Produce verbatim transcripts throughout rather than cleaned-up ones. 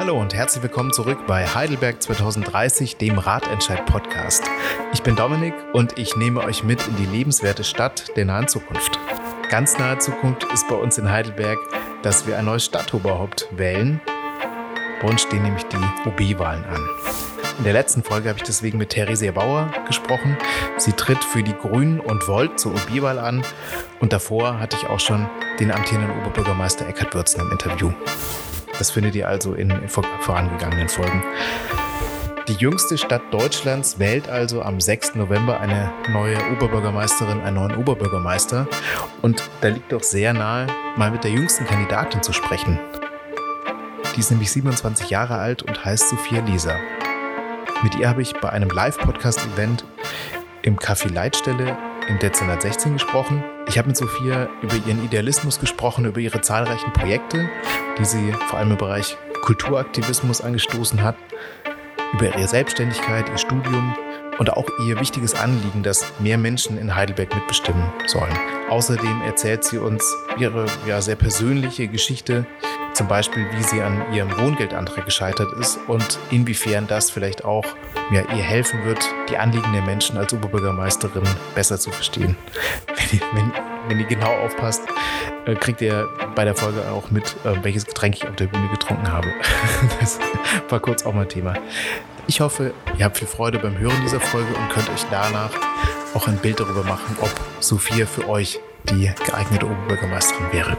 Hallo und herzlich willkommen zurück bei Heidelberg zwanzig dreißig, dem Ratentscheid-Podcast. Ich bin Dominik und ich nehme euch mit in die lebenswerte Stadt der nahen Zukunft. Ganz nahe Zukunft ist bei uns in Heidelberg, dass wir ein neues Stadtoberhaupt wählen. Bei uns stehen nämlich die O B-Wahlen an. In der letzten Folge habe ich deswegen mit Theresia Bauer gesprochen. Sie tritt für die Grünen und Volt zur O B-Wahl an. Und davor hatte ich auch schon den amtierenden Oberbürgermeister Eckhard Würzen im Interview. Das findet ihr also in vorangegangenen Folgen. Die jüngste Stadt Deutschlands wählt also am sechsten November eine neue Oberbürgermeisterin, einen neuen Oberbürgermeister. Und da liegt doch sehr nahe, mal mit der jüngsten Kandidatin zu sprechen. Die ist nämlich siebenundzwanzig Jahre alt und heißt Sophia Leser. Mit ihr habe ich bei einem Live-Podcast-Event im Café Leitstelle in Detzenert gesprochen. Ich habe mit Sophia über ihren Idealismus gesprochen, über ihre zahlreichen Projekte, die sie vor allem im Bereich Kulturaktivismus angestoßen hat, über ihre Selbstständigkeit, ihr Studium und auch ihr wichtiges Anliegen, dass mehr Menschen in Heidelberg mitbestimmen sollen. Außerdem erzählt sie uns ihre ja, sehr persönliche Geschichte, zum Beispiel, wie sie an ihrem Wohngeldantrag gescheitert ist und inwiefern das vielleicht auch ja, ihr helfen wird, die Anliegen der Menschen als Oberbürgermeisterin besser zu verstehen. Wenn ihr, wenn, wenn ihr genau aufpasst, kriegt ihr bei der Folge auch mit, welches Getränk ich auf der Bühne getrunken habe. Das war kurz auch mal Thema. Ich hoffe, ihr habt viel Freude beim Hören dieser Folge und könnt euch danach auch ein Bild darüber machen, ob Sophia für euch die geeignete Oberbürgermeisterin wäre.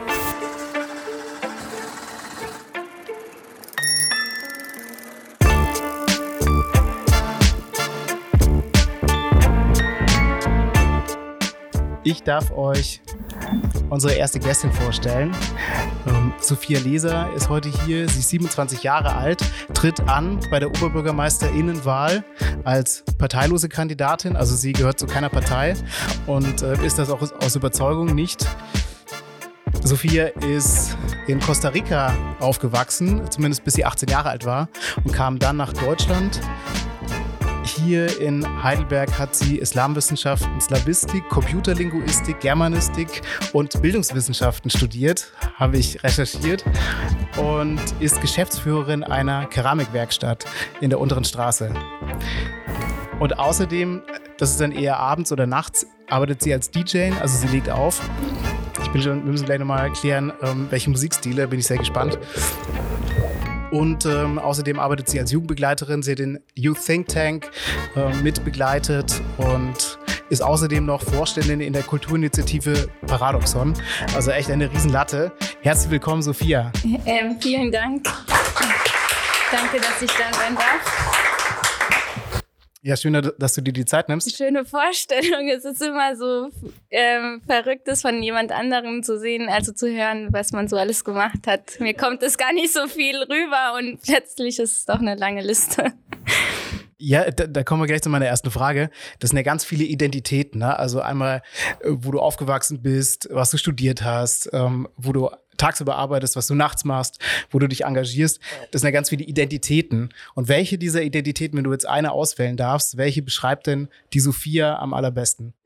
Ich darf euch unsere erste Gästin vorstellen. Ähm, Sophia Leser ist heute hier. Sie ist siebenundzwanzig Jahre alt, tritt an bei der Oberbürgermeisterinnenwahl als parteilose Kandidatin. Also sie gehört zu keiner Partei und äh, ist das auch aus Überzeugung nicht. Sophia ist in Costa Rica aufgewachsen, zumindest bis sie achtzehn Jahre alt war, und kam dann nach Deutschland. Hier in Heidelberg hat sie Islamwissenschaften, Slawistik, Computerlinguistik, Germanistik und Bildungswissenschaften studiert, habe ich recherchiert, und ist Geschäftsführerin einer Keramikwerkstatt in der Unteren Straße. Und außerdem, das ist dann eher abends oder nachts, arbeitet sie als D J, also sie legt auf. Ich bin schon, wir müssen gleich nochmal erklären, welche Musikstile, bin ich sehr gespannt. Und ähm, außerdem arbeitet sie als Jugendbegleiterin. Sie hat den Youth Think Tank äh, mitbegleitet und ist außerdem noch Vorständin in der Kulturinitiative Paradoxon. Also echt eine Riesenlatte. Herzlich willkommen, Sophia. Ähm, vielen Dank. Danke, dass ich da sein darf. Ja, schön, dass du dir die Zeit nimmst. Schöne Vorstellung. Es ist immer so ähm, verrückt, das von jemand anderem zu sehen, also zu hören, was man so alles gemacht hat. Mir kommt es gar nicht so viel rüber und plötzlich ist es doch eine lange Liste. Ja, da, da kommen wir gleich zu meiner ersten Frage. Das sind ja ganz viele Identitäten, ne? Also einmal, wo du aufgewachsen bist, was du studiert hast, ähm, wo du tagsüber arbeitest, was du nachts machst, wo du dich engagierst. Das sind ja ganz viele Identitäten. Und welche dieser Identitäten, wenn du jetzt eine auswählen darfst, welche beschreibt denn die Sophia am allerbesten?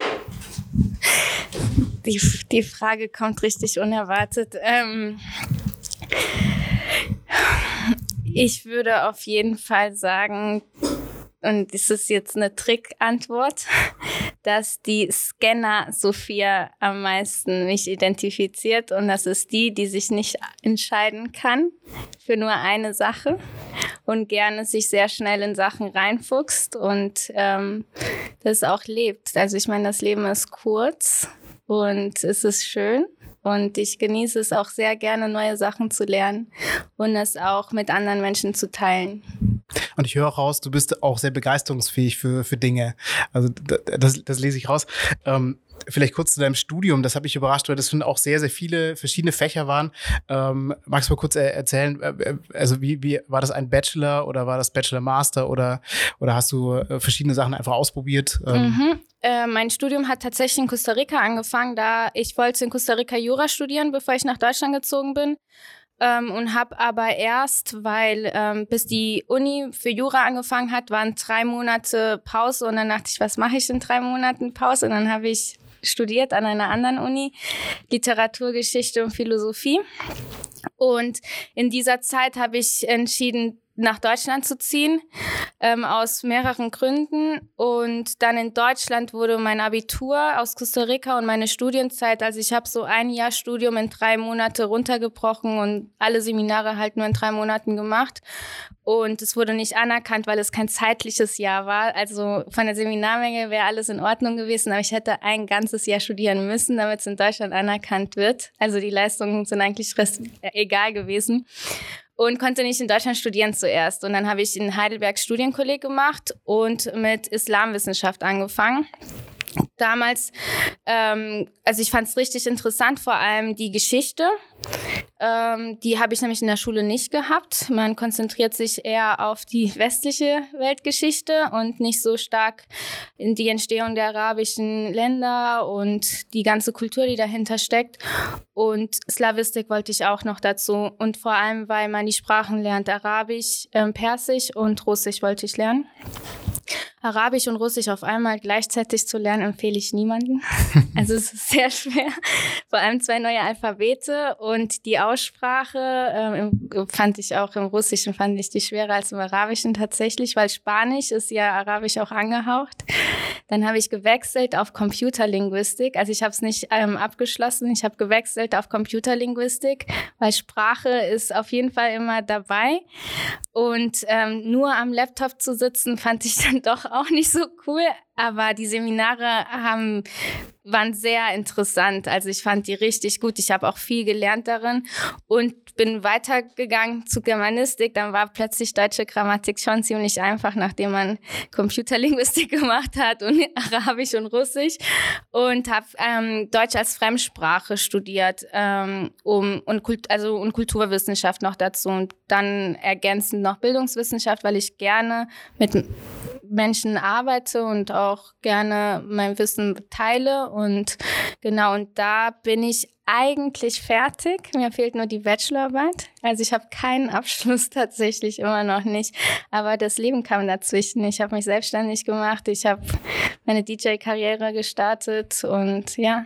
Die, die Frage kommt richtig unerwartet. Ähm, ich würde auf jeden Fall sagen, und das ist jetzt eine Trickantwort, dass die Scanner-Sophia am meisten mich identifiziert, und das ist die, die sich nicht entscheiden kann für nur eine Sache und gerne sich sehr schnell in Sachen reinfuchst und ähm, das auch lebt. Also ich meine, das Leben ist kurz und es ist schön. Und ich genieße es auch sehr gerne, neue Sachen zu lernen und es auch mit anderen Menschen zu teilen. Und ich höre auch raus, du bist auch sehr begeisterungsfähig für, für Dinge. Also das, das lese ich raus. Ähm, vielleicht kurz zu deinem Studium, das habe ich überrascht, weil das schon auch sehr, sehr viele verschiedene Fächer waren. Ähm, magst du mal kurz er- erzählen, äh, also wie, wie war das ein Bachelor oder war das Bachelor-Master oder, oder hast du äh, verschiedene Sachen einfach ausprobiert? Ähm, mhm. äh, mein Studium hat tatsächlich in Costa Rica angefangen, da ich wollte in Costa Rica Jura studieren, bevor ich nach Deutschland gezogen bin. Ähm, und habe aber erst, weil ähm, bis die Uni für Jura angefangen hat, waren drei Monate Pause und dann dachte ich, was mache ich in drei Monaten Pause? Und dann habe ich studiert an einer anderen Uni, Literaturgeschichte und Philosophie. Und in dieser Zeit habe ich entschieden, nach Deutschland zu ziehen, ähm, aus mehreren Gründen. Und dann in Deutschland wurde mein Abitur aus Costa Rica und meine Studienzeit, also ich habe so ein Jahr Studium in drei Monate runtergebrochen und alle Seminare halt nur in drei Monaten gemacht. Und es wurde nicht anerkannt, weil es kein zeitliches Jahr war. Also von der Seminarmenge wäre alles in Ordnung gewesen, aber ich hätte ein ganzes Jahr studieren müssen, damit es in Deutschland anerkannt wird. Also die Leistungen sind eigentlich rest- egal gewesen. Und konnte nicht in Deutschland studieren zuerst. Und dann habe ich in Heidelberg Studienkolleg gemacht und mit Islamwissenschaft angefangen. Damals, ähm, also ich fand es richtig interessant, vor allem die Geschichte. Ähm, die habe ich nämlich in der Schule nicht gehabt. Man konzentriert sich eher auf die westliche Weltgeschichte und nicht so stark in die Entstehung der arabischen Länder und die ganze Kultur, die dahinter steckt. Und Slawistik wollte ich auch noch dazu. Und vor allem, weil man die Sprachen lernt, Arabisch, ähm, Persisch und Russisch wollte ich lernen. Arabisch und Russisch auf einmal gleichzeitig zu lernen, empfehle ich niemandem. Also es ist sehr schwer. Vor allem zwei neue Alphabete und die Aussprache ähm, fand ich auch im Russischen fand ich die schwerer als im Arabischen tatsächlich, weil Spanisch ist ja Arabisch auch angehaucht. Dann habe ich gewechselt auf Computerlinguistik. Also ich habe es nicht ähm, abgeschlossen. Ich habe gewechselt auf Computerlinguistik, weil Sprache ist auf jeden Fall immer dabei. Und ähm, nur am Laptop zu sitzen, fand ich dann doch auch nicht so cool. Aber die Seminare haben, waren sehr interessant. Also ich fand die richtig gut. Ich habe auch viel gelernt darin und bin weitergegangen zu Germanistik. Dann war plötzlich deutsche Grammatik schon ziemlich einfach, nachdem man Computerlinguistik gemacht hat und Arabisch und Russisch. Und habe ähm, Deutsch als Fremdsprache studiert ähm, um, und, Kult, also, und Kulturwissenschaft noch dazu. Und dann ergänzend noch Bildungswissenschaft, weil ich gerne mit Menschen arbeite und auch gerne mein Wissen teile. Und genau, und da bin ich eigentlich fertig. Mir fehlt nur die Bachelorarbeit. Also ich habe keinen Abschluss tatsächlich immer noch nicht. Aber das Leben kam dazwischen. Ich habe mich selbstständig gemacht. Ich habe meine D J-Karriere gestartet und ja,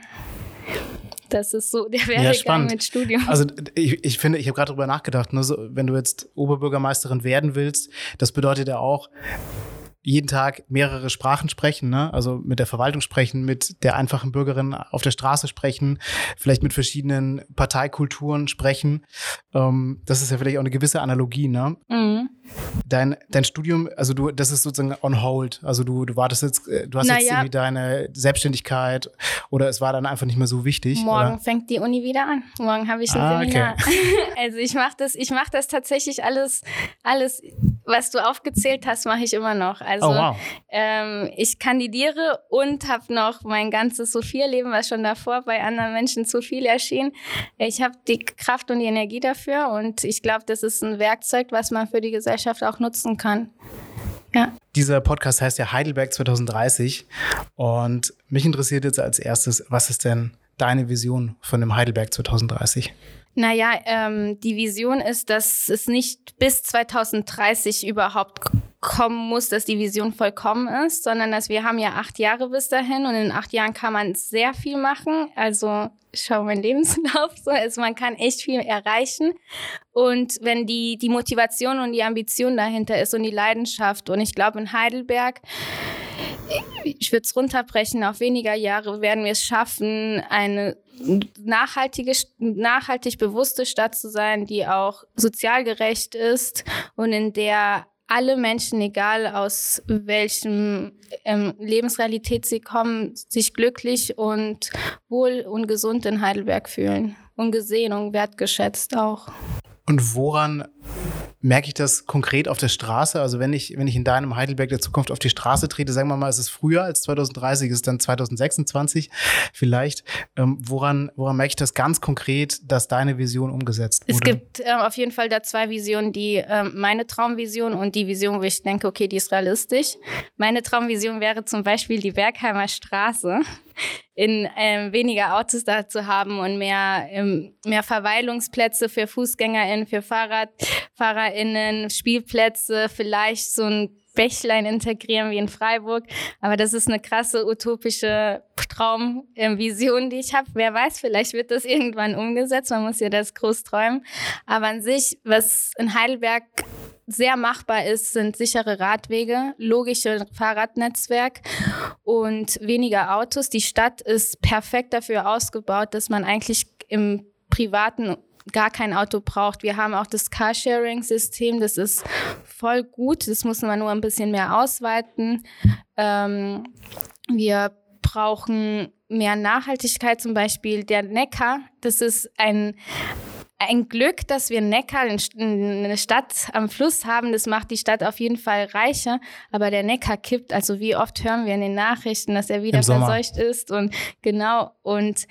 das ist so der Werdegang ja, mit Studium. Also ich, ich finde, ich habe gerade darüber nachgedacht, ne, so, wenn du jetzt Oberbürgermeisterin werden willst, das bedeutet ja auch, jeden Tag mehrere Sprachen sprechen, ne? Also mit der Verwaltung sprechen, mit der einfachen Bürgerin auf der Straße sprechen, vielleicht mit verschiedenen Parteikulturen sprechen. Ähm, das ist ja vielleicht auch eine gewisse Analogie, ne? Mhm. Dein, dein Studium, also du, das ist sozusagen on hold. Also du, du wartest jetzt, du hast naja. jetzt irgendwie deine Selbstständigkeit oder es war dann einfach nicht mehr so wichtig. Morgen oder? Fängt die Uni wieder an. Morgen habe ich ein ah, Seminar. Okay. Also ich mache das, ich mache das tatsächlich alles, alles, was du aufgezählt hast, mache ich immer noch. Also oh, wow. ähm, ich kandidiere und habe noch mein ganzes Sophia-Leben, was schon davor bei anderen Menschen zu viel erschien. Ich habe die Kraft und die Energie dafür und ich glaube, das ist ein Werkzeug, was man für die Gesellschaft auch nutzen kann. Ja. Dieser Podcast heißt ja Heidelberg zwanzig dreißig und mich interessiert jetzt als erstes, was ist denn deine Vision von dem Heidelberg zwanzig dreißig? Naja, ähm, die Vision ist, dass es nicht bis zwanzig dreißig überhaupt kommen muss, dass die Vision vollkommen ist, sondern dass wir haben ja acht Jahre bis dahin und in acht Jahren kann man sehr viel machen. Also schau meinen Lebenslauf, so also man kann echt viel erreichen. Und wenn die die Motivation und die Ambition dahinter ist und die Leidenschaft und ich glaube in Heidelberg, ich würde es runterbrechen, auf weniger Jahre werden wir es schaffen, eine nachhaltige, nachhaltig bewusste Stadt zu sein, die auch sozial gerecht ist und in der alle Menschen, egal aus welchem ähm, Lebensrealität sie kommen, sich glücklich und wohl und gesund in Heidelberg fühlen und gesehen und wertgeschätzt auch. Und woran merke ich das konkret auf der Straße? Also wenn ich, wenn ich in deinem Heidelberg der Zukunft auf die Straße trete, sagen wir mal, es ist früher als zwanzig dreißig, es ist dann zwanzig sechsundzwanzig vielleicht. Ähm, woran, woran merke ich das ganz konkret, dass deine Vision umgesetzt wurde? Es gibt äh, auf jeden Fall da zwei Visionen, die äh, meine Traumvision und die Vision, wo ich denke, okay, die ist realistisch. Meine Traumvision wäre zum Beispiel die Bergheimer Straße. In ähm, weniger Autos da zu haben und mehr, ähm, mehr Verweilungsplätze für FußgängerInnen, für FahrradfahrerInnen, Spielplätze, vielleicht so ein Bächlein integrieren wie in Freiburg. Aber das ist eine krasse utopische Traumvision, die ich habe. Wer weiß, vielleicht wird das irgendwann umgesetzt. Man muss ja das groß träumen. Aber an sich, was in Heidelberg sehr machbar ist, sind sichere Radwege, logische Fahrradnetzwerk und weniger Autos. Die Stadt ist perfekt dafür ausgebaut, dass man eigentlich im privaten gar kein Auto braucht. Wir haben auch das Carsharing-System, das ist voll gut, das muss man nur ein bisschen mehr ausweiten. Ähm, wir brauchen mehr Nachhaltigkeit, zum Beispiel der Neckar, das ist ein Ein Glück, dass wir Neckar, eine Stadt am Fluss haben. Das macht die Stadt auf jeden Fall reicher. Aber der Neckar kippt. Also wie oft hören wir in den Nachrichten, dass er wieder verseucht ist. Und genau. Und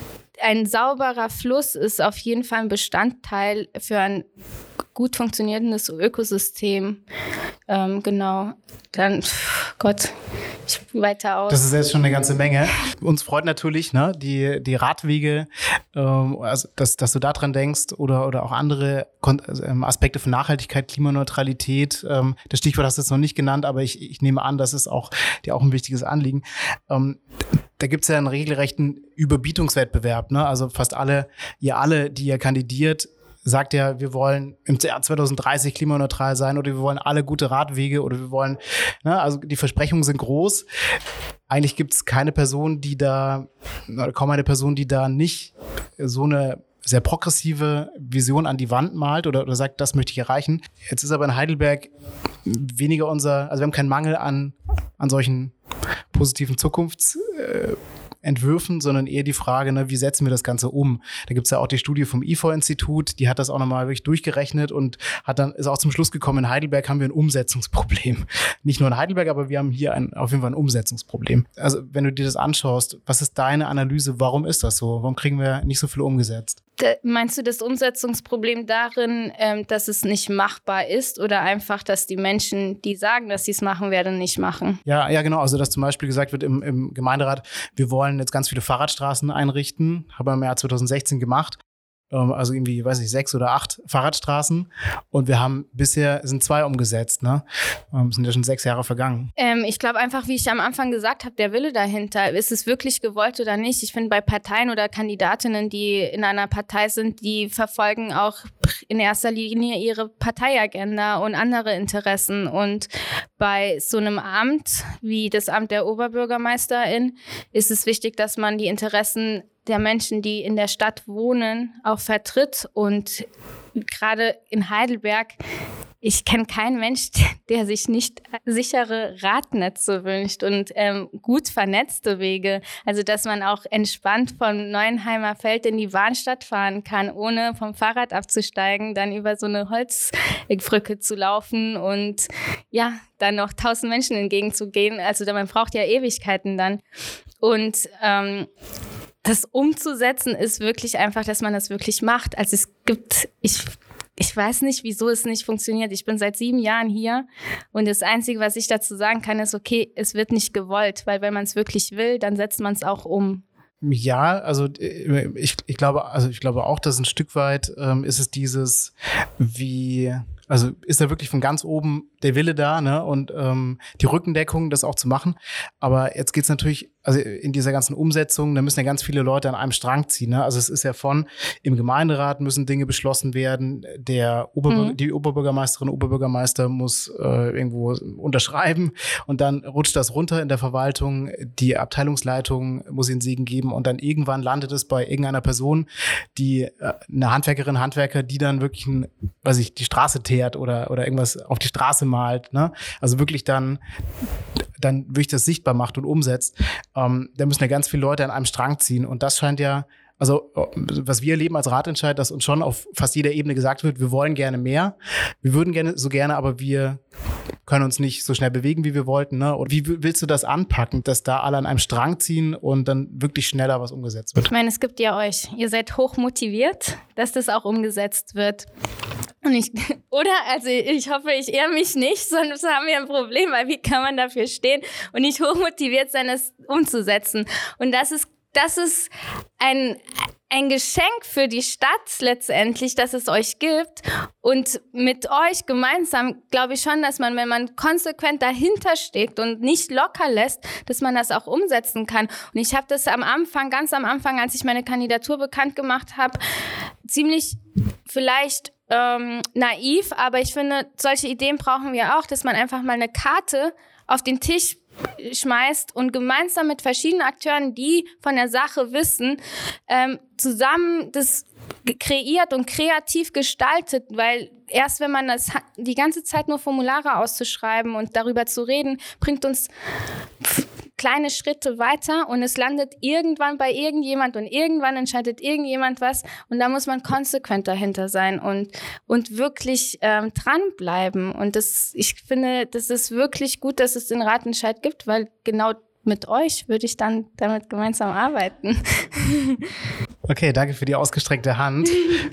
ein sauberer Fluss ist auf jeden Fall ein Bestandteil für ein gut funktionierendes Ökosystem. Ähm, genau. Dann, Gott, ich weiter aus. Das ist jetzt schon eine ganze Menge. Uns freut natürlich, ne, die, die Radwege, ähm, also dass, dass du da dran denkst oder, oder auch andere Kon- ähm, Aspekte von Nachhaltigkeit, Klimaneutralität. Ähm, das Stichwort hast du jetzt noch nicht genannt, aber ich, ich nehme an, das ist auch dir auch ein wichtiges Anliegen. Ähm, Da gibt's ja einen regelrechten Überbietungswettbewerb, ne? Also fast alle, ihr alle, die ihr kandidiert, sagt ja, wir wollen im Jahr zwanzig dreißig klimaneutral sein oder wir wollen alle gute Radwege oder wir wollen, ne? Also die Versprechungen sind groß. Eigentlich gibt's keine Person, die da, oder kaum eine Person, die da nicht so eine sehr progressive Vision an die Wand malt oder, oder sagt, das möchte ich erreichen. Jetzt ist aber in Heidelberg weniger unser, also wir haben keinen Mangel an, an solchen positiven Zukunftsentwürfen, äh, sondern eher die Frage, ne, wie setzen wir das Ganze um? Da gibt's ja auch die Studie vom I F O-Institut, die hat das auch nochmal wirklich durchgerechnet und hat dann ist auch zum Schluss gekommen, in Heidelberg haben wir ein Umsetzungsproblem. Nicht nur in Heidelberg, aber wir haben hier ein, auf jeden Fall ein Umsetzungsproblem. Also wenn du dir das anschaust, was ist deine Analyse? Warum ist das so? Warum kriegen wir nicht so viel umgesetzt? Meinst du das Umsetzungsproblem darin, ähm, dass es nicht machbar ist oder einfach, dass die Menschen, die sagen, dass sie es machen werden, nicht machen? Ja, ja, genau. Also dass zum Beispiel gesagt wird im, im Gemeinderat, wir wollen jetzt ganz viele Fahrradstraßen einrichten. Haben wir im Jahr zwanzig sechzehn gemacht. Also irgendwie, weiß ich, sechs oder acht Fahrradstraßen. Und wir haben bisher, sind zwei umgesetzt, ne? Es sind ja schon sechs Jahre vergangen. Ähm, ich glaube einfach, wie ich am Anfang gesagt habe, der Wille dahinter. Ist es wirklich gewollt oder nicht? Ich finde, bei Parteien oder Kandidatinnen, die in einer Partei sind, die verfolgen auch in erster Linie ihre Parteiagenda und andere Interessen. Und bei so einem Amt wie das Amt der Oberbürgermeisterin ist es wichtig, dass man die Interessen der Menschen, die in der Stadt wohnen, auch vertritt. Und gerade in Heidelberg, ich kenne keinen Mensch, der sich nicht sichere Radnetze wünscht und ähm, gut vernetzte Wege. Also dass man auch entspannt vom Neuenheimer Feld in die Bahnstadt fahren kann, ohne vom Fahrrad abzusteigen, dann über so eine Holzbrücke zu laufen und ja, dann noch tausend Menschen entgegenzugehen. Also man braucht ja Ewigkeiten dann. Und ähm, das umzusetzen ist wirklich einfach, dass man das wirklich macht. Also es gibt, ich, ich weiß nicht, wieso es nicht funktioniert. Ich bin seit sieben Jahren hier und das Einzige, was ich dazu sagen kann, ist, okay, es wird nicht gewollt, weil wenn man es wirklich will, dann setzt man es auch um. Ja, also ich, ich glaube, also ich glaube auch, dass ein Stück weit ähm, ist es dieses, wie, also ist da wirklich von ganz oben der Wille da, ne, und ähm, die Rückendeckung, das auch zu machen. Aber jetzt geht's natürlich, also in dieser ganzen Umsetzung, da müssen ja ganz viele Leute an einem Strang ziehen, ne? Also es ist ja von, im Gemeinderat müssen Dinge beschlossen werden, der Oberbür- mhm. die Oberbürgermeisterin, Oberbürgermeister muss äh, irgendwo unterschreiben und dann rutscht das runter in der Verwaltung, die Abteilungsleitung muss den Segen geben und dann irgendwann landet es bei irgendeiner Person, die äh, eine Handwerkerin, Handwerker, die dann wirklich, ein, weiß ich, die Straße teert oder oder irgendwas auf die Straße malt, ne? Also wirklich dann dann wirklich das sichtbar macht und umsetzt. Ähm, da müssen ja ganz viele Leute an einem Strang ziehen und das scheint ja, also was wir erleben als Ratentscheid, dass uns schon auf fast jeder Ebene gesagt wird, wir wollen gerne mehr, wir würden gerne so gerne, aber wir können uns nicht so schnell bewegen, wie wir wollten, ne? Und wie willst du das anpacken, dass da alle an einem Strang ziehen und dann wirklich schneller was umgesetzt wird? Ich meine, es gibt ja euch. Ihr seid hoch motiviert, dass das auch umgesetzt wird. Und ich, oder? Also ich hoffe, ich irre mich nicht, sonst haben wir ein Problem, weil wie kann man dafür stehen und nicht hochmotiviert sein, das umzusetzen? Und das ist Das ist ein, ein Geschenk für die Stadt letztendlich, dass es euch gibt. Und mit euch gemeinsam glaube ich schon, dass man, wenn man konsequent dahinter steckt und nicht locker lässt, dass man das auch umsetzen kann. Und ich habe das am Anfang, ganz am Anfang, als ich meine Kandidatur bekannt gemacht habe, ziemlich vielleicht ähm, naiv, aber ich finde, solche Ideen brauchen wir auch, dass man einfach mal eine Karte auf den Tisch schmeißt und gemeinsam mit verschiedenen Akteuren, die von der Sache wissen, ähm, zusammen das kreiert und kreativ gestaltet, weil erst wenn man das die ganze Zeit nur Formulare auszuschreiben und darüber zu reden, bringt uns kleine Schritte weiter und es landet irgendwann bei irgendjemand und irgendwann entscheidet irgendjemand was und da muss man konsequent dahinter sein und, und wirklich ähm, dranbleiben. Und das, ich finde, das ist wirklich gut, dass es den Ratentscheid gibt, weil genau mit euch würde ich dann damit gemeinsam arbeiten. Okay, danke für die ausgestreckte Hand.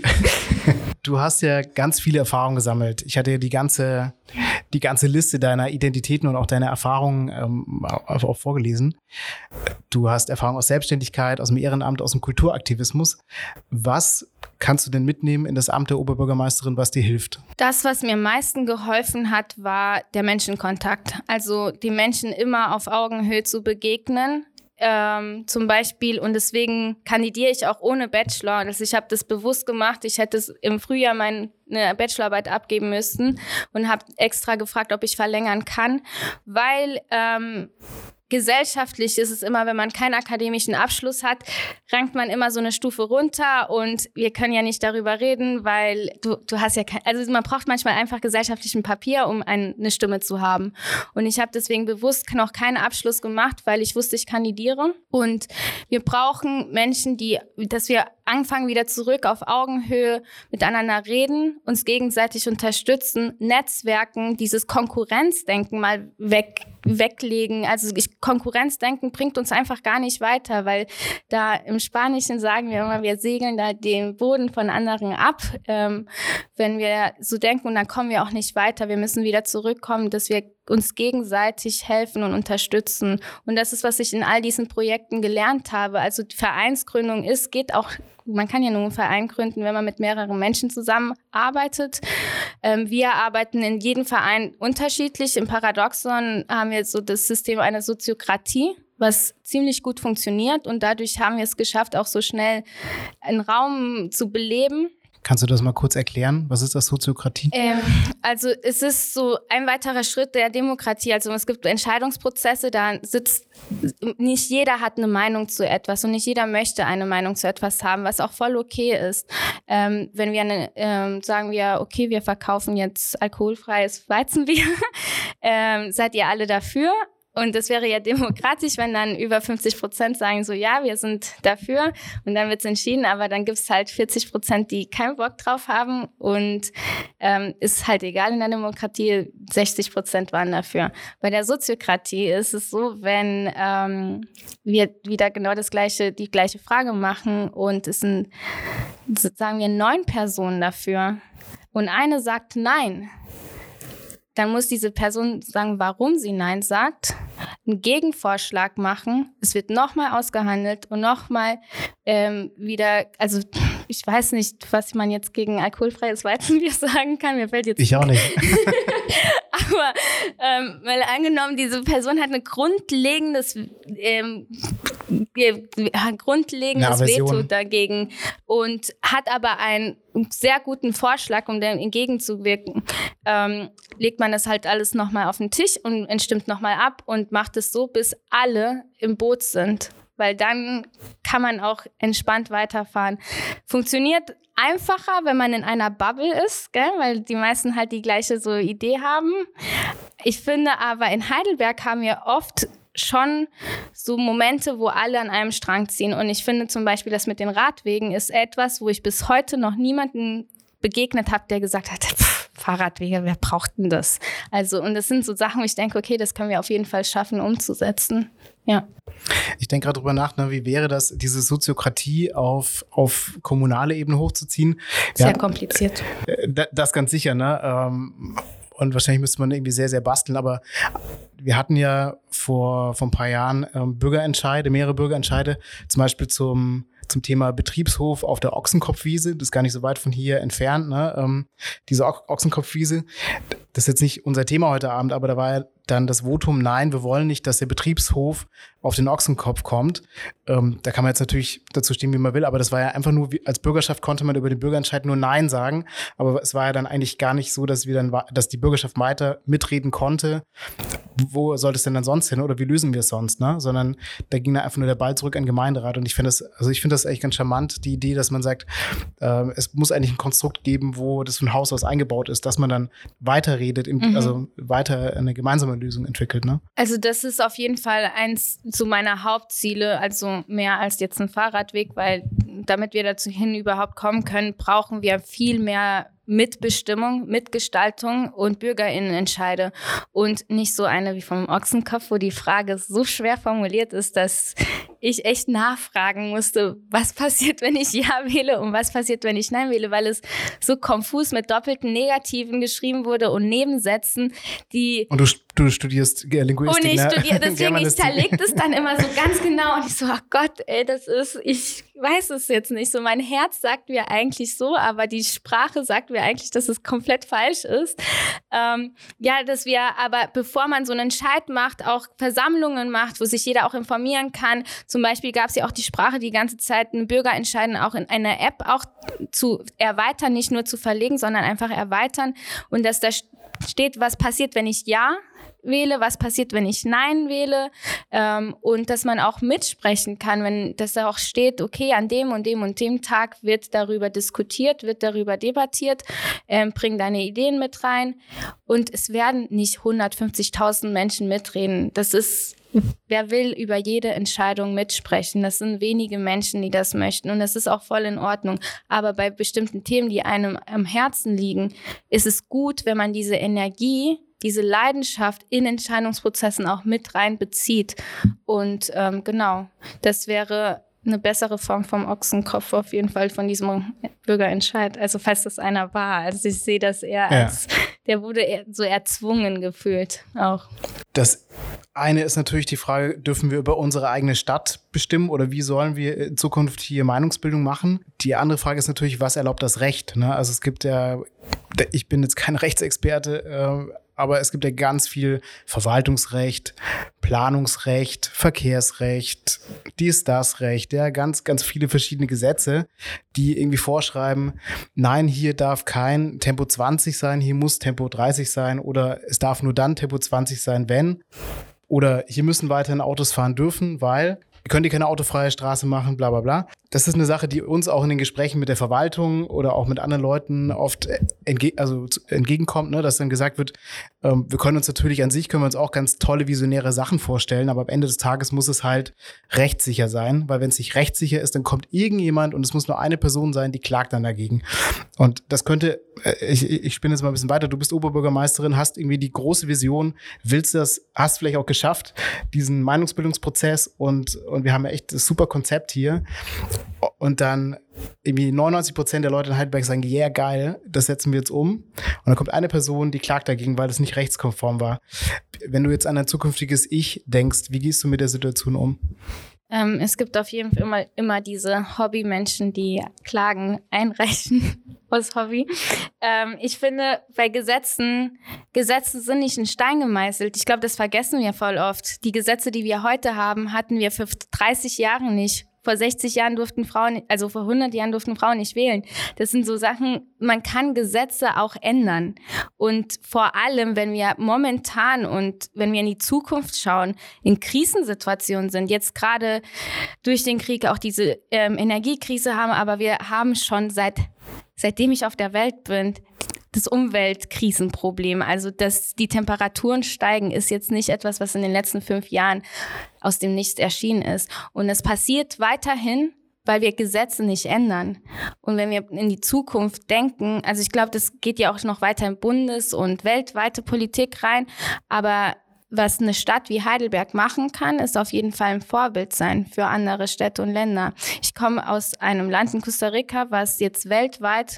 Du hast ja ganz viele Erfahrungen gesammelt. Ich hatte ja die ganze, die ganze Liste deiner Identitäten und auch deiner Erfahrungen ähm, auch, auch vorgelesen. Du hast Erfahrung aus Selbstständigkeit, aus dem Ehrenamt, aus dem Kulturaktivismus. Was kannst du denn mitnehmen in das Amt der Oberbürgermeisterin, was dir hilft? Das, was mir am meisten geholfen hat, war der Menschenkontakt. Also die Menschen immer auf Augenhöhe zu begegnen. Ähm, zum Beispiel, und deswegen kandidiere ich auch ohne Bachelor. Also ich habe das bewusst gemacht. Ich hätte im Frühjahr meine Bachelorarbeit abgeben müssen und habe extra gefragt, ob ich verlängern kann, weil ähm, gesellschaftlich ist es immer, wenn man keinen akademischen Abschluss hat, rankt man immer so eine Stufe runter und wir können ja nicht darüber reden, weil du, du hast ja kein, also man braucht manchmal einfach gesellschaftlichen Papier, um ein, eine Stimme zu haben. Und ich habe deswegen bewusst noch keinen Abschluss gemacht, weil ich wusste, ich kandidiere. Und wir brauchen Menschen, die, dass wir anfangen, wieder zurück auf Augenhöhe miteinander reden, uns gegenseitig unterstützen, Netzwerken, dieses Konkurrenzdenken mal weg, weglegen. Also ich, Konkurrenzdenken bringt uns einfach gar nicht weiter, weil da im Spanischen sagen wir immer, wir segeln da den Boden von anderen ab, ähm, wenn wir so denken und dann kommen wir auch nicht weiter. Wir müssen wieder zurückkommen, dass wir uns gegenseitig helfen und unterstützen. Und das ist, was ich in all diesen Projekten gelernt habe. Also die Vereinsgründung ist, geht auch, man kann ja nur einen Verein gründen, wenn man mit mehreren Menschen zusammenarbeitet. Ähm, wir arbeiten in jedem Verein unterschiedlich. Im Paradoxon haben wir so das System einer Soziokratie, was ziemlich gut funktioniert. Und dadurch haben wir es geschafft, auch so schnell einen Raum zu beleben. Kannst du das mal kurz erklären? Was ist das, Soziokratie? Ähm, also es ist so ein weiterer Schritt der Demokratie. Also es gibt Entscheidungsprozesse, da sitzt, nicht jeder hat eine Meinung zu etwas und nicht jeder möchte eine Meinung zu etwas haben, was auch voll okay ist. Ähm, wenn wir eine, ähm, sagen wir, okay, wir verkaufen jetzt alkoholfreies Weizenbier, ähm, seid ihr alle dafür? Und das wäre ja demokratisch, wenn dann über fünfzig Prozent sagen so, ja, wir sind dafür und dann wird's entschieden, aber dann gibt's halt vierzig Prozent, die keinen Bock drauf haben und ähm, ist halt egal in der Demokratie, sechzig Prozent waren dafür. Bei der Soziokratie ist es so, wenn ähm, wir wieder genau das gleiche, die gleiche Frage machen und es sind, sagen wir, neun Personen dafür und eine sagt nein, dann muss diese Person sagen, warum sie Nein sagt, einen Gegenvorschlag machen. Es wird nochmal ausgehandelt und nochmal ähm, wieder, also ich weiß nicht, was man jetzt gegen alkoholfreies Weizenbier sagen kann. Mir fällt jetzt Ich auch nicht. Aber ähm, weil angenommen, diese Person hat ein grundlegendes, ähm, grundlegendes Veto dagegen und hat aber einen sehr guten Vorschlag, um dem entgegenzuwirken, ähm, legt man das halt alles nochmal auf den Tisch und stimmt nochmal ab und macht es so, bis alle im Boot sind. Weil dann kann man auch entspannt weiterfahren. Funktioniert einfacher, wenn man in einer Bubble ist, gell? Weil die meisten halt die gleiche so Idee haben. Ich finde aber, in Heidelberg haben wir oft schon so Momente, wo alle an einem Strang ziehen. Und ich finde zum Beispiel, das mit den Radwegen ist etwas, wo ich bis heute noch niemanden begegnet habe, der gesagt hat, pff, Fahrradwege, wer braucht denn das? Also, und das sind so Sachen, wo ich denke, okay, das können wir auf jeden Fall schaffen, umzusetzen. Ja. Ich denke gerade drüber nach, ne, wie wäre das, diese Soziokratie auf, auf kommunale Ebene hochzuziehen? Sehr ja, kompliziert. Äh, das ganz sicher, ne? Ähm, und wahrscheinlich müsste man irgendwie sehr, sehr basteln, aber wir hatten ja vor, vor ein paar Jahren ähm, Bürgerentscheide, mehrere Bürgerentscheide, zum Beispiel zum zum Thema Betriebshof auf der Ochsenkopfwiese. Das ist gar nicht so weit von hier entfernt, ne? Ähm, diese o- Ochsenkopfwiese. Das ist jetzt nicht unser Thema heute Abend, aber da war ja dann das Votum, nein, wir wollen nicht, dass der Betriebshof auf den Ochsenkopf kommt. Ähm, da kann man jetzt natürlich dazu stehen, wie man will, aber das war ja einfach nur, wie, als Bürgerschaft konnte man über den Bürgerentscheid nur Nein sagen, aber es war ja dann eigentlich gar nicht so, dass wir dann, dass die Bürgerschaft weiter mitreden konnte. Wo sollte es denn dann sonst hin oder wie lösen wir es sonst, ne? Sondern da ging dann einfach nur der Ball zurück an den Gemeinderat und ich finde das, also ich finde das echt ganz charmant, die Idee, dass man sagt, äh, es muss eigentlich ein Konstrukt geben, wo das von Haus aus eingebaut ist, dass man dann weiterredet, in, mhm. also weiter eine gemeinsame Lösung entwickelt, ne? Also das ist auf jeden Fall eins zu meiner Hauptziele, also mehr als jetzt ein Fahrradweg, weil damit wir dazu hin überhaupt kommen können, brauchen wir viel mehr Mitbestimmung, Mitgestaltung und BürgerInnenentscheide und nicht so eine wie vom Ochsenkopf, wo die Frage so schwer formuliert ist, dass ich echt nachfragen musste, was passiert, wenn ich Ja wähle und was passiert, wenn ich Nein wähle, weil es so konfus mit doppelten Negativen geschrieben wurde und Nebensätzen, die... Und du, du studierst Linguistik, Und ich ne? studiere, deswegen, ich zerlege das dann immer so ganz genau und ich so, ach Gott, ey, das ist, ich weiß es jetzt nicht so, mein Herz sagt mir eigentlich so, aber die Sprache sagt mir eigentlich, dass es komplett falsch ist. Ähm, ja, dass wir aber, bevor man so einen Entscheid macht, auch Versammlungen macht, wo sich jeder auch informieren kann. Zum Beispiel gab es ja auch die Sprache die ganze Zeit, ein Bürgerentscheiden auch in einer App auch zu erweitern, nicht nur zu verlegen, sondern einfach erweitern. Und dass da steht, was passiert, wenn ich Ja wähle, was passiert, wenn ich Nein wähle, ähm, und dass man auch mitsprechen kann, wenn das da auch steht, okay, an dem und dem und dem Tag wird darüber diskutiert, wird darüber debattiert, ähm, bring deine Ideen mit rein und es werden nicht hundertfünfzigtausend Menschen mitreden. Das ist, wer will über jede Entscheidung mitsprechen? Das sind wenige Menschen, die das möchten und das ist auch voll in Ordnung. Aber bei bestimmten Themen, die einem am Herzen liegen, ist es gut, wenn man diese Energie, diese Leidenschaft in Entscheidungsprozessen auch mit reinbezieht. Und ähm, genau, das wäre eine bessere Form vom Ochsenkopf auf jeden Fall von diesem Bürgerentscheid. Also falls das einer war. Also ich sehe das eher als, ja. Der wurde eher so erzwungen gefühlt auch. Das eine ist natürlich die Frage, dürfen wir über unsere eigene Stadt bestimmen oder wie sollen wir in Zukunft hier Meinungsbildung machen? Die andere Frage ist natürlich, was erlaubt das Recht? Ne? Also es gibt ja, ich bin jetzt kein Rechtsexperte, äh, aber es gibt ja ganz viel Verwaltungsrecht, Planungsrecht, Verkehrsrecht, dies, das Recht, ja, ganz, ganz viele verschiedene Gesetze, die irgendwie vorschreiben, nein, hier darf kein Tempo zwanzig sein, hier muss Tempo dreißig sein oder es darf nur dann Tempo zwanzig sein, wenn. Oder hier müssen weiterhin Autos fahren dürfen, weil ihr könnt ihr keine autofreie Straße machen, bla bla bla. Das ist eine Sache, die uns auch in den Gesprächen mit der Verwaltung oder auch mit anderen Leuten oft entge- also entgegenkommt, ne? Dass dann gesagt wird, ähm, wir können uns natürlich an sich, können wir uns auch ganz tolle visionäre Sachen vorstellen, aber am Ende des Tages muss es halt rechtssicher sein, weil wenn es nicht rechtssicher ist, dann kommt irgendjemand und es muss nur eine Person sein, die klagt dann dagegen. Und das könnte, äh, ich, ich spinne jetzt mal ein bisschen weiter, du bist Oberbürgermeisterin, hast irgendwie die große Vision, willst das, hast vielleicht auch geschafft, diesen Meinungsbildungsprozess und, und wir haben ja echt das super Konzept hier. Und dann irgendwie neunundneunzig Prozent der Leute in Heidelberg sagen, ja, yeah, geil, das setzen wir jetzt um. Und dann kommt eine Person, die klagt dagegen, weil das nicht rechtskonform war. Wenn du jetzt an ein zukünftiges Ich denkst, wie gehst du mit der Situation um? Ähm, es gibt auf jeden Fall immer, immer diese Hobbymenschen, die Klagen einreichen aus Hobby. Ähm, ich finde, bei Gesetzen, Gesetze sind nicht in Stein gemeißelt. Ich glaube, das vergessen wir voll oft. Die Gesetze, die wir heute haben, hatten wir für dreißig Jahre nicht. Vor sechzig Jahren durften Frauen, also vor hundert Jahren durften Frauen nicht wählen. Das sind so Sachen, man kann Gesetze auch ändern. Und vor allem, wenn wir momentan und wenn wir in die Zukunft schauen, in Krisensituationen sind, jetzt gerade durch den Krieg auch diese ähm, Energiekrise haben, aber wir haben schon seit, seitdem ich auf der Welt bin, das Umweltkrisenproblem, also dass die Temperaturen steigen, ist jetzt nicht etwas, was in den letzten fünf Jahren aus dem Nichts erschienen ist. Und es passiert weiterhin, weil wir Gesetze nicht ändern. Und wenn wir in die Zukunft denken, also ich glaube, das geht ja auch noch weiter in Bundes- und weltweite Politik rein, aber was eine Stadt wie Heidelberg machen kann, ist auf jeden Fall ein Vorbild sein für andere Städte und Länder. Ich komme aus einem Land in Costa Rica, was jetzt weltweit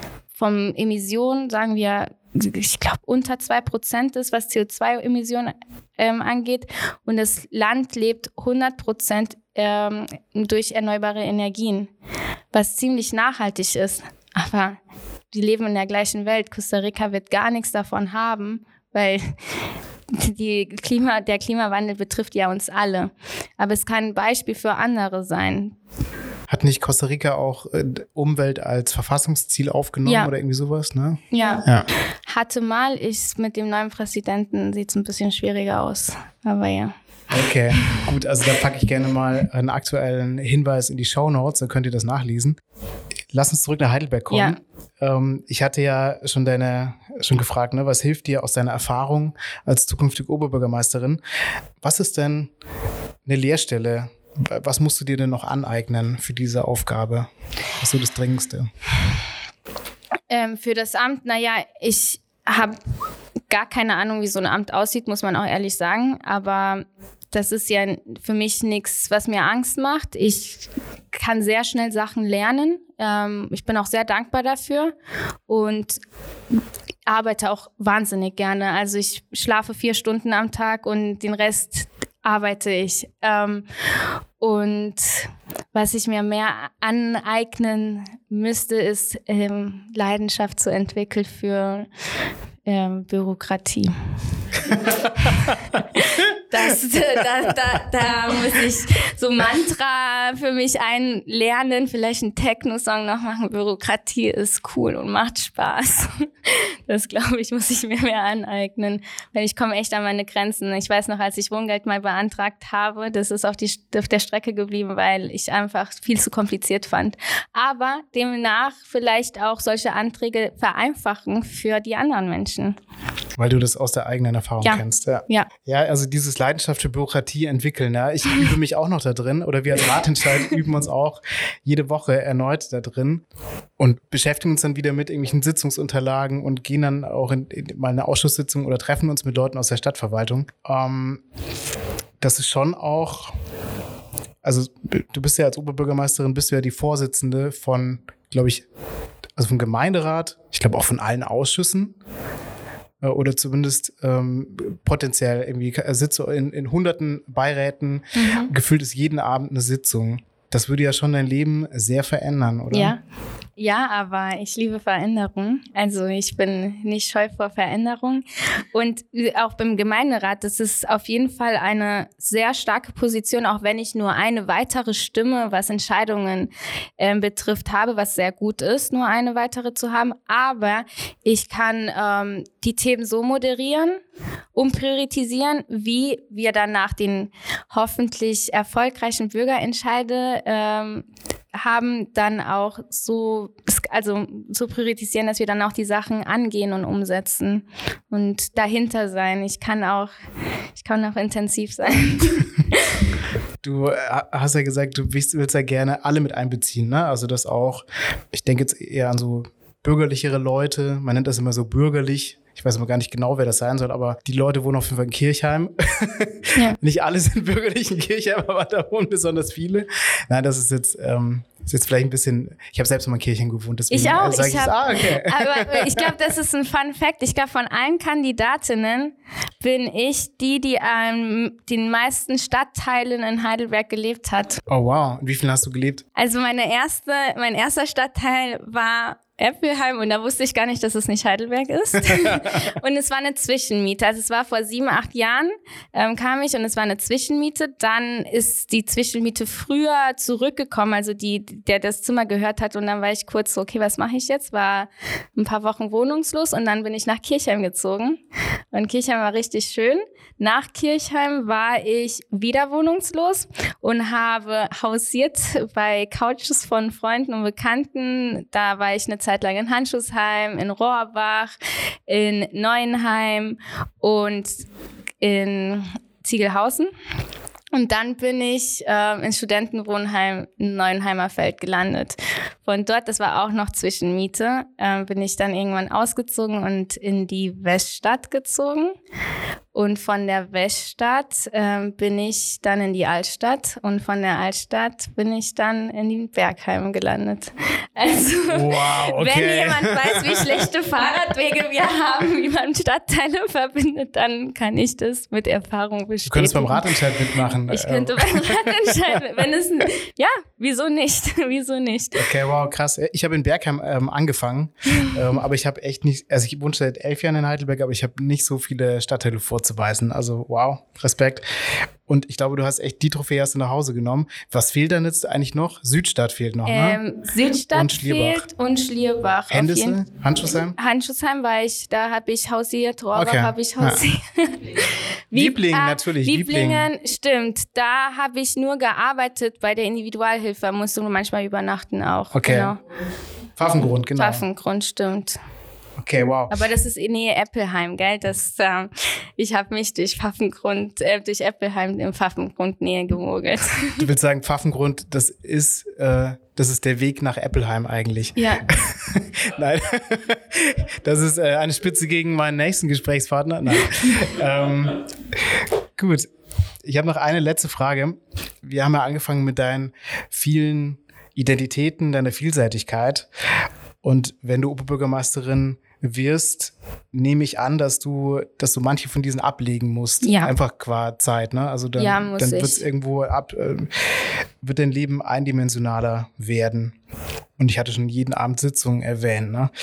vom Emissionen, sagen wir, ich glaube, unter zwei Prozent ist, was C O zwei Emissionen ähm, angeht. Und das Land lebt hundert Prozent ähm, durch erneuerbare Energien, was ziemlich nachhaltig ist. Aber die leben in der gleichen Welt. Costa Rica wird gar nichts davon haben, weil die Klima, der Klimawandel betrifft ja uns alle. Aber es kann ein Beispiel für andere sein. Hat nicht Costa Rica auch äh, Umwelt als Verfassungsziel aufgenommen ja. oder irgendwie sowas, ne? Ja. ja. Hatte mal, ich mit dem neuen Präsidenten sieht es ein bisschen schwieriger aus. Aber ja. Okay, gut, also da packe ich gerne mal einen aktuellen Hinweis in die Shownotes, dann könnt ihr das nachlesen. Lass uns zurück nach Heidelberg kommen. Ja. Ähm, ich hatte ja schon deine schon gefragt, ne, was hilft dir aus deiner Erfahrung als zukünftige Oberbürgermeisterin? Was ist denn eine Lehrstelle? Was musst du dir denn noch aneignen für diese Aufgabe? Was ist so das Dringendste? Ähm, für das Amt, naja, ich habe gar keine Ahnung, wie so ein Amt aussieht, muss man auch ehrlich sagen. Aber das ist ja für mich nichts, was mir Angst macht. Ich kann sehr schnell Sachen lernen. Ähm, ich bin auch sehr dankbar dafür und arbeite auch wahnsinnig gerne. Also ich schlafe vier Stunden am Tag und den Rest arbeite ich. Ähm, und was ich mir mehr aneignen müsste, ist ähm, Leidenschaft zu entwickeln für ähm, Bürokratie. Das, da, da, da muss ich so Mantra für mich einlernen, vielleicht einen Techno-Song noch machen. Bürokratie ist cool und macht Spaß. Das, glaube ich, muss ich mir mehr aneignen, weil ich komme echt an meine Grenzen. Ich weiß noch, als ich Wohngeld mal beantragt habe, das ist auf, die, auf der Strecke geblieben, weil ich einfach viel zu kompliziert fand. Aber demnach vielleicht auch solche Anträge vereinfachen für die anderen Menschen. Weil du das aus der eigenen Erfahrung ja. kennst. Ja. ja. Ja, also dieses Leidenschaft für Bürokratie entwickeln. Ja. Ich übe mich auch noch da drin oder wir als Ratentscheid üben uns auch jede Woche erneut da drin und beschäftigen uns dann wieder mit irgendwelchen Sitzungsunterlagen und gehen dann auch in, in mal eine Ausschusssitzung oder treffen uns mit Leuten aus der Stadtverwaltung. Ähm, das ist schon auch, also du bist ja als Oberbürgermeisterin, bist du ja die Vorsitzende von, glaube ich, also vom Gemeinderat, ich glaube auch von allen Ausschüssen. Oder zumindest ähm, potenziell irgendwie sitze in, in hunderten Beiräten, mhm. gefühlt ist jeden Abend eine Sitzung. Das würde ja schon dein Leben sehr verändern, oder? Ja, ja, aber ich liebe Veränderung. Also ich bin nicht scheu vor Veränderung. Und auch beim Gemeinderat, das ist auf jeden Fall eine sehr starke Position, auch wenn ich nur eine weitere Stimme, was Entscheidungen äh, betrifft, habe, was sehr gut ist, nur eine weitere zu haben. Aber ich kann ähm, die Themen so moderieren, umpriorisieren, wie wir danach den hoffentlich erfolgreichen Bürgerentscheide ähm, haben, dann auch so, also so priorisieren, dass wir dann auch die Sachen angehen und umsetzen und dahinter sein. Ich kann auch, ich kann auch intensiv sein. Du hast ja gesagt, du willst, willst ja gerne alle mit einbeziehen, ne? Also das auch, ich denke jetzt eher an so bürgerlichere Leute, man nennt das immer so bürgerlich. Ich weiß aber gar nicht genau, wer das sein soll, aber die Leute wohnen auf jeden Fall in Kirchheim. Ja. Nicht alle sind bürgerlich in Kirchheim, aber da wohnen besonders viele. Nein, das ist jetzt, ähm, ist jetzt vielleicht ein bisschen, ich habe selbst mal in Kirchheim gewohnt, deswegen ich auch, sage ich ich hab, ah, okay. Aber ich glaube, das ist ein Fun Fact. Ich glaube, von allen Kandidatinnen bin ich die, die an den meisten Stadtteilen in Heidelberg gelebt hat. Oh wow, in wie vielen hast du gelebt? Also meine erste, mein erster Stadtteil war Äpfelheim und da wusste ich gar nicht, dass es nicht Heidelberg ist. Und es war eine Zwischenmiete. Also es war vor sieben, acht Jahren ähm, kam ich und es war eine Zwischenmiete. Dann ist die Zwischenmiete früher zurückgekommen, also die, der das Zimmer gehört hat. Und dann war ich kurz so, okay, was mache ich jetzt? War ein paar Wochen wohnungslos und dann bin ich nach Kirchheim gezogen. Und Kirchheim war richtig schön. Nach Kirchheim war ich wieder wohnungslos und habe hausiert bei Couches von Freunden und Bekannten. Da war ich eine Zeit lang in Handschuhsheim, in Rohrbach, in Neuenheim und in Ziegelhausen. Und dann bin ich äh, ins Studentenwohnheim in Neuenheimer Feld gelandet. Von dort, das war auch noch Zwischenmiete, äh, bin ich dann irgendwann ausgezogen und in die Weststadt gezogen. Und von der Weststadt ähm, bin ich dann in die Altstadt und von der Altstadt bin ich dann in die Bergheim gelandet. Also wow, okay. Wenn jemand weiß, wie schlechte Fahrradwege wir haben, wie man Stadtteile verbindet, dann kann ich das mit Erfahrung bestätigen. Du könntest beim Radentscheid mitmachen. Ich könnte beim Radentscheid, wenn es, ja, wieso nicht, wieso nicht. Okay, wow, krass. Ich habe in Bergheim ähm, angefangen, ähm, aber ich habe echt nicht, also ich wohne seit elf Jahren in Heidelberg, aber ich habe nicht so viele Stadtteile vorzuweisen. Also wow, Respekt. Und ich glaube, du hast echt die Trophäe hast du nach Hause genommen. Was fehlt dann jetzt eigentlich noch? Südstadt fehlt noch, ne? Ähm, Südstadt und Schlierbach. fehlt und Schlierbach. Händisse? Handschuhsheim? Handschuhsheim war ich, da habe ich hausiert, Rohrbach okay. habe ich hausiert. Ja. Wieblingen, ah, natürlich. Wieblingen, stimmt. Da habe ich nur gearbeitet bei der Individualhilfe, musst du manchmal übernachten auch. Okay. Genau. Pfaffengrund, genau. Pfaffengrund, stimmt. Okay, wow. Aber das ist in Nähe Eppelheim, gell? Das, ähm, ich habe mich durch Pfaffengrund, äh, durch Eppelheim in Pfaffengrund Nähe gemogelt. Du willst sagen, Pfaffengrund, das ist, äh, das ist der Weg nach Eppelheim eigentlich. Ja. Nein, das ist äh, eine Spitze gegen meinen nächsten Gesprächspartner. Nein. ähm, gut, ich habe noch eine letzte Frage. Wir haben ja angefangen mit deinen vielen Identitäten, deiner Vielseitigkeit. Und wenn du Oberbürgermeisterin wirst, nehme ich an, dass du, dass du manche von diesen ablegen musst. Ja. Einfach qua Zeit, ne? Also dann, ja, dann wird es irgendwo ab, äh, wird dein Leben eindimensionaler werden. Und ich hatte schon jeden Abend Sitzungen erwähnt, ne?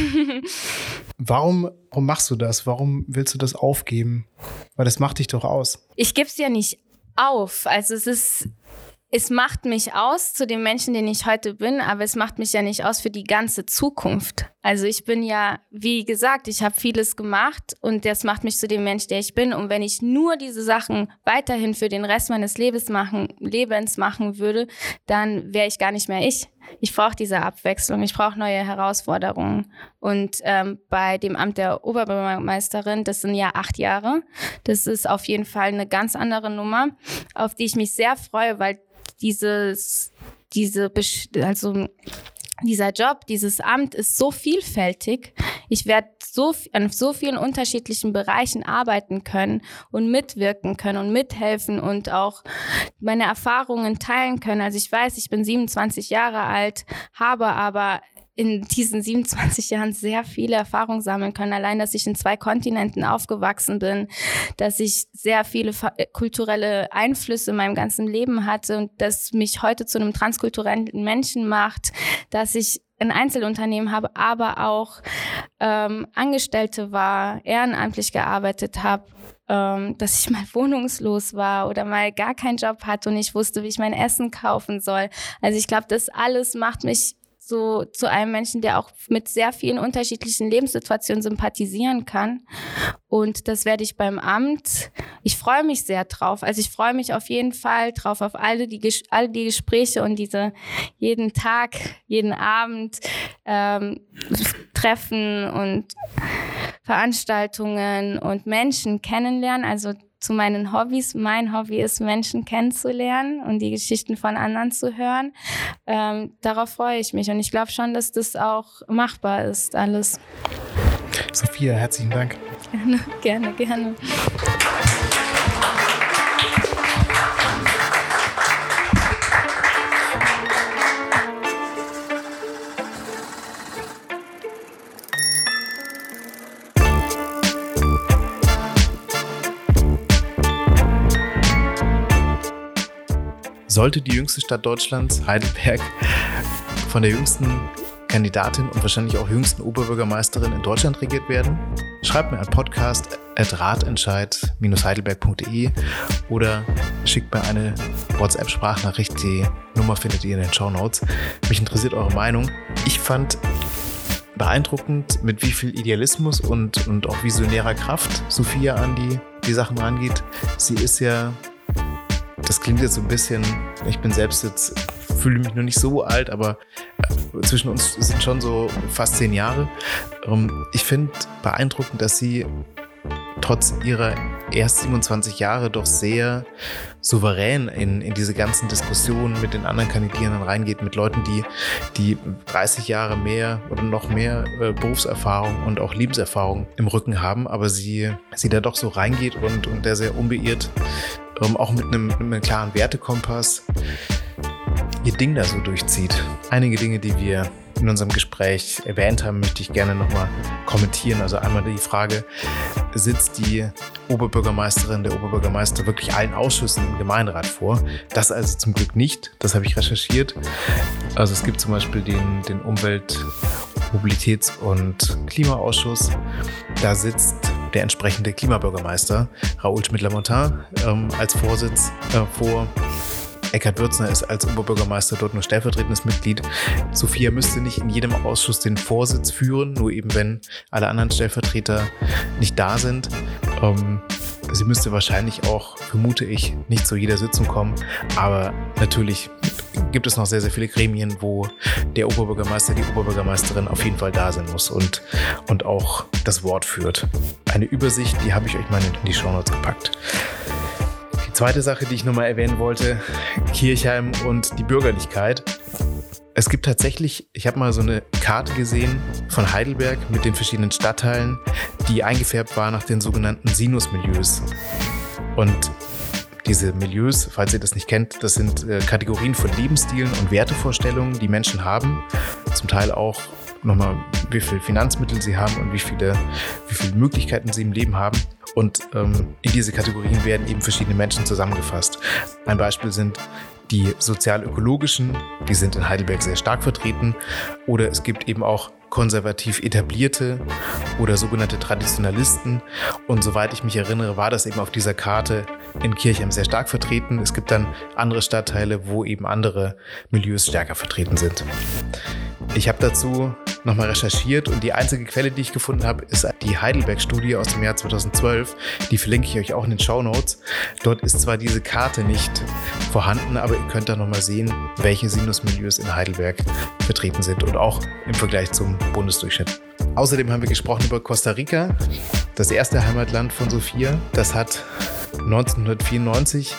Warum, warum machst du das? Warum willst du das aufgeben? Weil das macht dich doch aus. Ich gebe es ja nicht auf. Also es ist, es macht mich aus zu dem Menschen, den ich heute bin, aber es macht mich ja nicht aus für die ganze Zukunft. Also ich bin ja, wie gesagt, ich habe vieles gemacht und das macht mich zu dem Mensch, der ich bin. Und wenn ich nur diese Sachen weiterhin für den Rest meines Lebens machen, Lebens machen würde, dann wäre ich gar nicht mehr ich. Ich brauche diese Abwechslung, ich brauche neue Herausforderungen. Und ähm, bei dem Amt der Oberbürgermeisterin, das sind ja acht Jahre, das ist auf jeden Fall eine ganz andere Nummer, auf die ich mich sehr freue, weil dieses, diese, also dieser Job, dieses Amt ist so vielfältig. Ich werde so an so vielen unterschiedlichen Bereichen arbeiten können und mitwirken können und mithelfen und auch meine Erfahrungen teilen können. Also ich weiß, ich bin siebenundzwanzig Jahre alt, habe aber in diesen siebenundzwanzig Jahren sehr viele Erfahrungen sammeln können. Allein, dass ich in zwei Kontinenten aufgewachsen bin, dass ich sehr viele kulturelle Einflüsse in meinem ganzen Leben hatte und das mich heute zu einem transkulturellen Menschen macht, dass ich ein Einzelunternehmen habe, aber auch ähm, Angestellte war, ehrenamtlich gearbeitet habe, ähm, dass ich mal wohnungslos war oder mal gar keinen Job hatte und ich wusste, wie ich mein Essen kaufen soll. Also ich glaube, das alles macht mich so zu einem Menschen, der auch mit sehr vielen unterschiedlichen Lebenssituationen sympathisieren kann. Und das werde ich beim Amt. Ich freue mich sehr drauf. Also ich freue mich auf jeden Fall drauf, auf alle die, Ges- alle die Gespräche und diese jeden Tag, jeden Abend ähm, Treffen und Veranstaltungen und Menschen kennenlernen. Also zu meinen Hobbys. Mein Hobby ist, Menschen kennenzulernen und die Geschichten von anderen zu hören. Ähm, darauf freue ich mich und ich glaube schon, dass das auch machbar ist, alles. Sophia, herzlichen Dank. Gerne, gerne, gerne. Sollte die jüngste Stadt Deutschlands, Heidelberg, von der jüngsten Kandidatin und wahrscheinlich auch jüngsten Oberbürgermeisterin in Deutschland regiert werden? Schreibt mir an podcast at ratentscheid dash heidelberg punkt de oder schickt mir eine WhatsApp-Sprachnachricht. Die Nummer findet ihr in den Shownotes. Mich interessiert eure Meinung. Ich fand beeindruckend, mit wie viel Idealismus und, und auch visionärer Kraft Sophia an die, die Sachen rangeht. Sie ist ja, das klingt jetzt so ein bisschen, ich bin selbst jetzt, fühle mich noch nicht so alt, aber zwischen uns sind schon so fast zehn Jahre. Ich finde beeindruckend, dass sie trotz ihrer erst siebenundzwanzig Jahre doch sehr souverän in, in diese ganzen Diskussionen mit den anderen Kandidierenden reingeht, mit Leuten, die, die dreißig Jahre mehr oder noch mehr äh, Berufserfahrung und auch Lebenserfahrung im Rücken haben, aber sie, sie da doch so reingeht und, und der sehr unbeirrt, ähm, auch mit einem, mit einem klaren Wertekompass, ihr Ding da so durchzieht. Einige Dinge, die wir in unserem Gespräch erwähnt haben, möchte ich gerne nochmal kommentieren. Also einmal die Frage, sitzt die Oberbürgermeisterin, der Oberbürgermeister wirklich allen Ausschüssen im Gemeinderat vor? Das also zum Glück nicht, das habe ich recherchiert. Also es gibt zum Beispiel den, den Umwelt-, Mobilitäts- und Klimaausschuss. Da sitzt der entsprechende Klimabürgermeister, Raoul Schmidt-Lamontin, ähm, als Vorsitz äh, vor. Eckhard Würzner ist als Oberbürgermeister dort nur stellvertretendes Mitglied. Sophia müsste nicht in jedem Ausschuss den Vorsitz führen, nur eben wenn alle anderen Stellvertreter nicht da sind. Ähm, sie müsste wahrscheinlich auch, vermute ich, nicht zu jeder Sitzung kommen. Aber natürlich gibt es noch sehr, sehr viele Gremien, wo der Oberbürgermeister, die Oberbürgermeisterin auf jeden Fall da sein muss und, und auch das Wort führt. Eine Übersicht, die habe ich euch mal in die Shownotes gepackt. Die zweite Sache, die ich nochmal erwähnen wollte, Kirchheim und die Bürgerlichkeit. Es gibt tatsächlich, ich habe mal so eine Karte gesehen von Heidelberg mit den verschiedenen Stadtteilen, die eingefärbt war nach den sogenannten Sinusmilieus. Und diese Milieus, falls ihr das nicht kennt, das sind äh, Kategorien von Lebensstilen und Wertevorstellungen, die Menschen haben. Zum Teil auch nochmal, wie viel Finanzmittel sie haben und wie viele, wie viele Möglichkeiten sie im Leben haben. Und ähm, in diese Kategorien werden eben verschiedene Menschen zusammengefasst. Ein Beispiel sind die sozial-ökologischen, die sind in Heidelberg sehr stark vertreten. Oder es gibt eben auch konservativ etablierte oder sogenannte Traditionalisten. Und soweit ich mich erinnere, war das eben auf dieser Karte in Kirchheim sehr stark vertreten. Es gibt dann andere Stadtteile, wo eben andere Milieus stärker vertreten sind. Ich habe dazu nochmal recherchiert und die einzige Quelle, die ich gefunden habe, ist die Heidelberg-Studie aus dem Jahr zweitausendzwölf. Die verlinke ich euch auch in den Shownotes. Dort ist zwar diese Karte nicht vorhanden, aber ihr könnt da nochmal sehen, welche Sinusmilieus in Heidelberg vertreten sind und auch im Vergleich zum Bundesdurchschnitt. Außerdem haben wir gesprochen über Costa Rica, das erste Heimatland von Sophia. Das hat neunzehnhundertvierundneunzig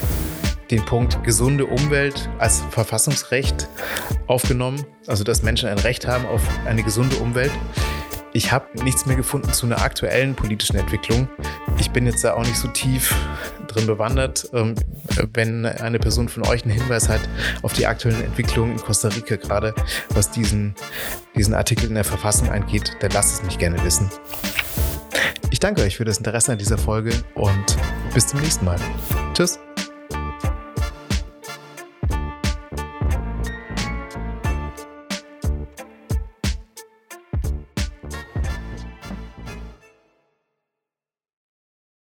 den Punkt gesunde Umwelt als Verfassungsrecht aufgenommen, also dass Menschen ein Recht haben auf eine gesunde Umwelt. Ich habe nichts mehr gefunden zu einer aktuellen politischen Entwicklung. Ich bin jetzt da auch nicht so tief drin bewandert. Wenn eine Person von euch einen Hinweis hat auf die aktuellen Entwicklungen in Costa Rica, gerade was diesen, diesen Artikel in der Verfassung angeht, dann lasst es mich gerne wissen. Ich danke euch für das Interesse an dieser Folge und bis zum nächsten Mal. Tschüss.